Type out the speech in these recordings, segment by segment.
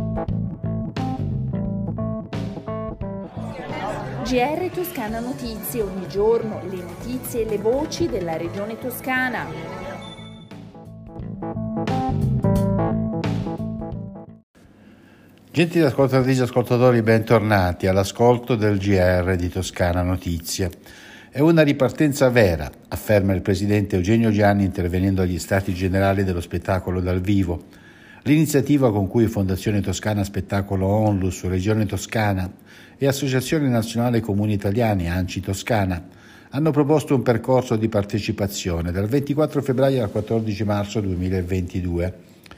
GR Toscana Notizie, ogni giorno le notizie e le voci della regione toscana. Gentili ascoltatrici e ascoltatori, bentornati all'ascolto del GR di Toscana Notizie. È una ripartenza vera, afferma il presidente Eugenio Gianni intervenendo agli Stati Generali dello Spettacolo dal Vivo. L'iniziativa con cui Fondazione Toscana Spettacolo Onlus, Regione Toscana e Associazione Nazionale Comuni Italiani ANCI Toscana hanno proposto un percorso di partecipazione dal 24 febbraio al 14 marzo 2022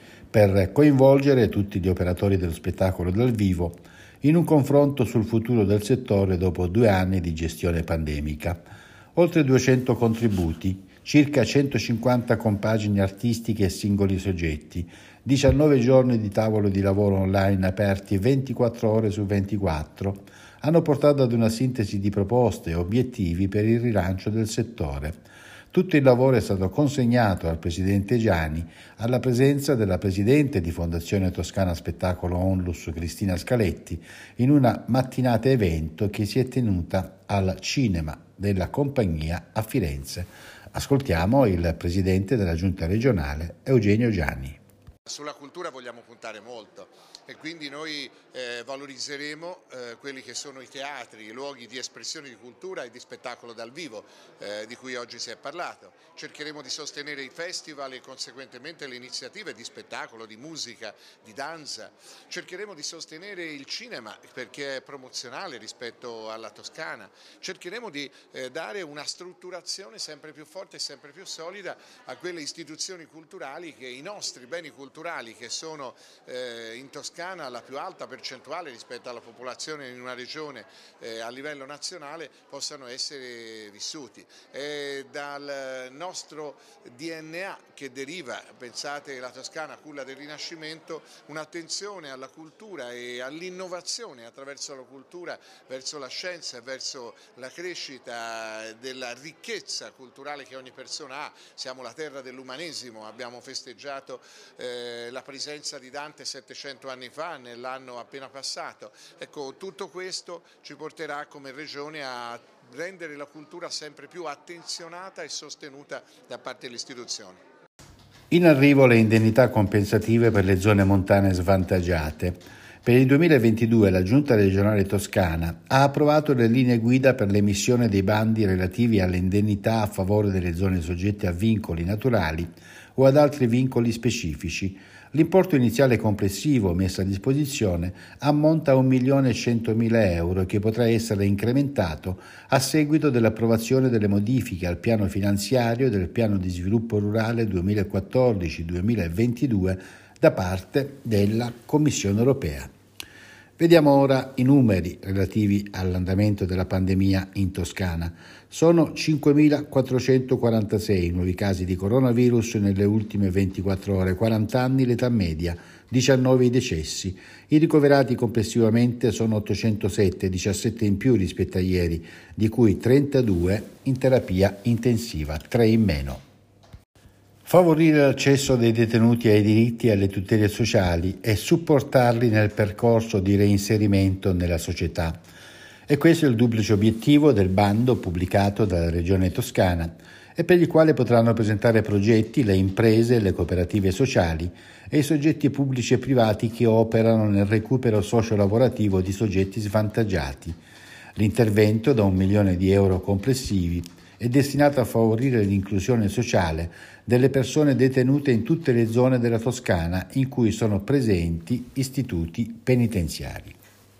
per coinvolgere tutti gli operatori dello spettacolo dal vivo in un confronto sul futuro del settore dopo 2 anni di gestione pandemica. Oltre 200 contributi, circa 150 compagini artistiche e singoli soggetti, 19 giorni di tavolo di lavoro online aperti 24 ore su 24, hanno portato ad una sintesi di proposte e obiettivi per il rilancio del settore. Tutto il lavoro è stato consegnato al presidente Gianni alla presenza della presidente di Fondazione Toscana Spettacolo Onlus Cristina Scaletti in una mattinata evento che si è tenuta al cinema della compagnia a Firenze. Ascoltiamo il presidente della giunta regionale Eugenio Gianni. Sulla cultura vogliamo puntare molto e quindi noi valorizzeremo quelli che sono i teatri, i luoghi di espressione di cultura e di spettacolo dal vivo di cui oggi si è parlato. Cercheremo di sostenere i festival e conseguentemente le iniziative di spettacolo, di musica, di danza. Cercheremo di sostenere il cinema perché è promozionale rispetto alla Toscana. Cercheremo di dare una strutturazione sempre più forte e sempre più solida a quelle istituzioni culturali che i nostri beni culturali che sono in Toscana la più alta percentuale rispetto alla popolazione in una regione a livello nazionale possano essere vissuti. È dal nostro DNA che deriva, pensate la Toscana culla del Rinascimento, un'attenzione alla cultura e all'innovazione attraverso la cultura verso la scienza e verso la crescita della ricchezza culturale che ogni persona ha. Siamo la terra dell'umanesimo, abbiamo festeggiato la presenza di Dante 700 anni fa nell'anno appena passato. Ecco, tutto questo ci porterà come regione a rendere la cultura sempre più attenzionata e sostenuta da parte delle istituzioni. In arrivo le indennità compensative per le zone montane svantaggiate. Per il 2022 la Giunta regionale toscana ha approvato le linee guida per l'emissione dei bandi relativi alle indennità a favore delle zone soggette a vincoli naturali o ad altri vincoli specifici. L'importo iniziale complessivo messo a disposizione ammonta a 1.100.000 euro che potrà essere incrementato a seguito dell'approvazione delle modifiche al piano finanziario del piano di sviluppo rurale 2014-2022 da parte della Commissione europea. Vediamo ora i numeri relativi all'andamento della pandemia in Toscana. Sono 5.446 i nuovi casi di coronavirus nelle ultime 24 ore, 40 anni l'età media, 19 i decessi. I ricoverati complessivamente sono 807, 17 in più rispetto a ieri, di cui 32 in terapia intensiva, 3 in meno. Favorire l'accesso dei detenuti ai diritti e alle tutele sociali e supportarli nel percorso di reinserimento nella società. E questo è il duplice obiettivo del bando pubblicato dalla Regione Toscana e per il quale potranno presentare progetti le imprese, le cooperative sociali e i soggetti pubblici e privati che operano nel recupero socio-lavorativo di soggetti svantaggiati. L'intervento da 1 milione di euro complessivi è destinato a favorire l'inclusione sociale delle persone detenute in tutte le zone della Toscana in cui sono presenti istituti penitenziari.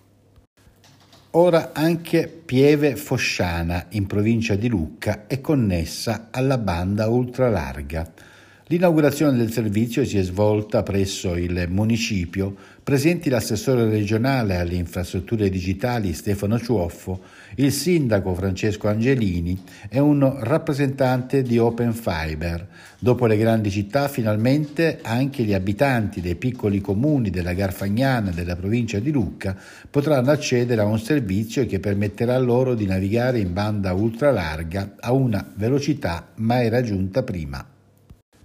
Ora anche Pieve Fosciana, in provincia di Lucca, è connessa alla banda ultralarga. L'inaugurazione del servizio si è svolta presso il municipio, presenti l'assessore regionale alle infrastrutture digitali Stefano Ciuoffo, il sindaco Francesco Angelini e un rappresentante di Open Fiber. Dopo le grandi città, finalmente anche gli abitanti dei piccoli comuni della Garfagnana e della provincia di Lucca potranno accedere a un servizio che permetterà loro di navigare in banda ultralarga a una velocità mai raggiunta prima.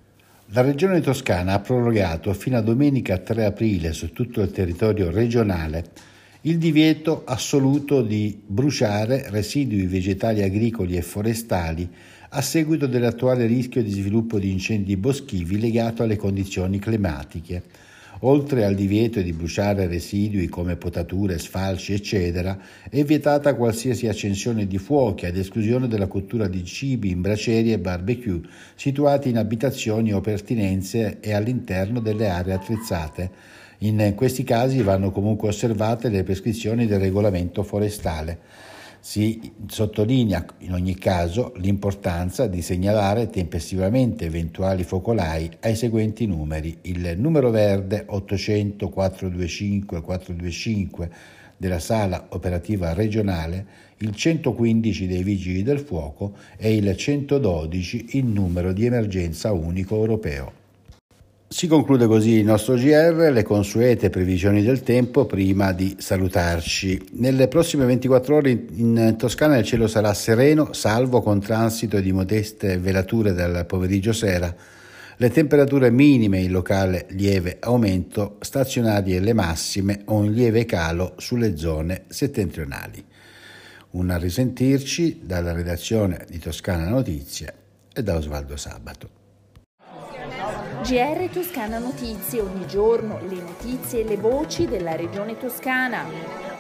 La Regione Toscana ha prorogato fino a domenica 3 aprile su tutto il territorio regionale il divieto assoluto di bruciare residui vegetali agricoli e forestali a seguito dell'attuale rischio di sviluppo di incendi boschivi legato alle condizioni climatiche. Oltre al divieto di bruciare residui come potature, sfalci, eccetera, è vietata qualsiasi accensione di fuochi, ad esclusione della cottura di cibi in bracieri e barbecue situati in abitazioni o pertinenze e all'interno delle aree attrezzate. In questi casi vanno comunque osservate le prescrizioni del regolamento forestale. Si sottolinea in ogni caso l'importanza di segnalare tempestivamente eventuali focolai ai seguenti numeri: il numero verde 800 425 425 della Sala Operativa Regionale, il 115 dei Vigili del Fuoco e il 112 il numero di emergenza unico europeo. Si conclude così il nostro GR, le consuete previsioni del tempo prima di salutarci. Nelle prossime 24 ore in Toscana il cielo sarà sereno, salvo con transito di modeste velature dal pomeriggio sera. Le temperature minime in locale lieve aumento, stazionarie le massime o in lieve calo sulle zone settentrionali. Un risentirci dalla redazione di Toscana Notizie e da Osvaldo Sabato. GR Toscana Notizie, ogni giorno le notizie e le voci della regione toscana.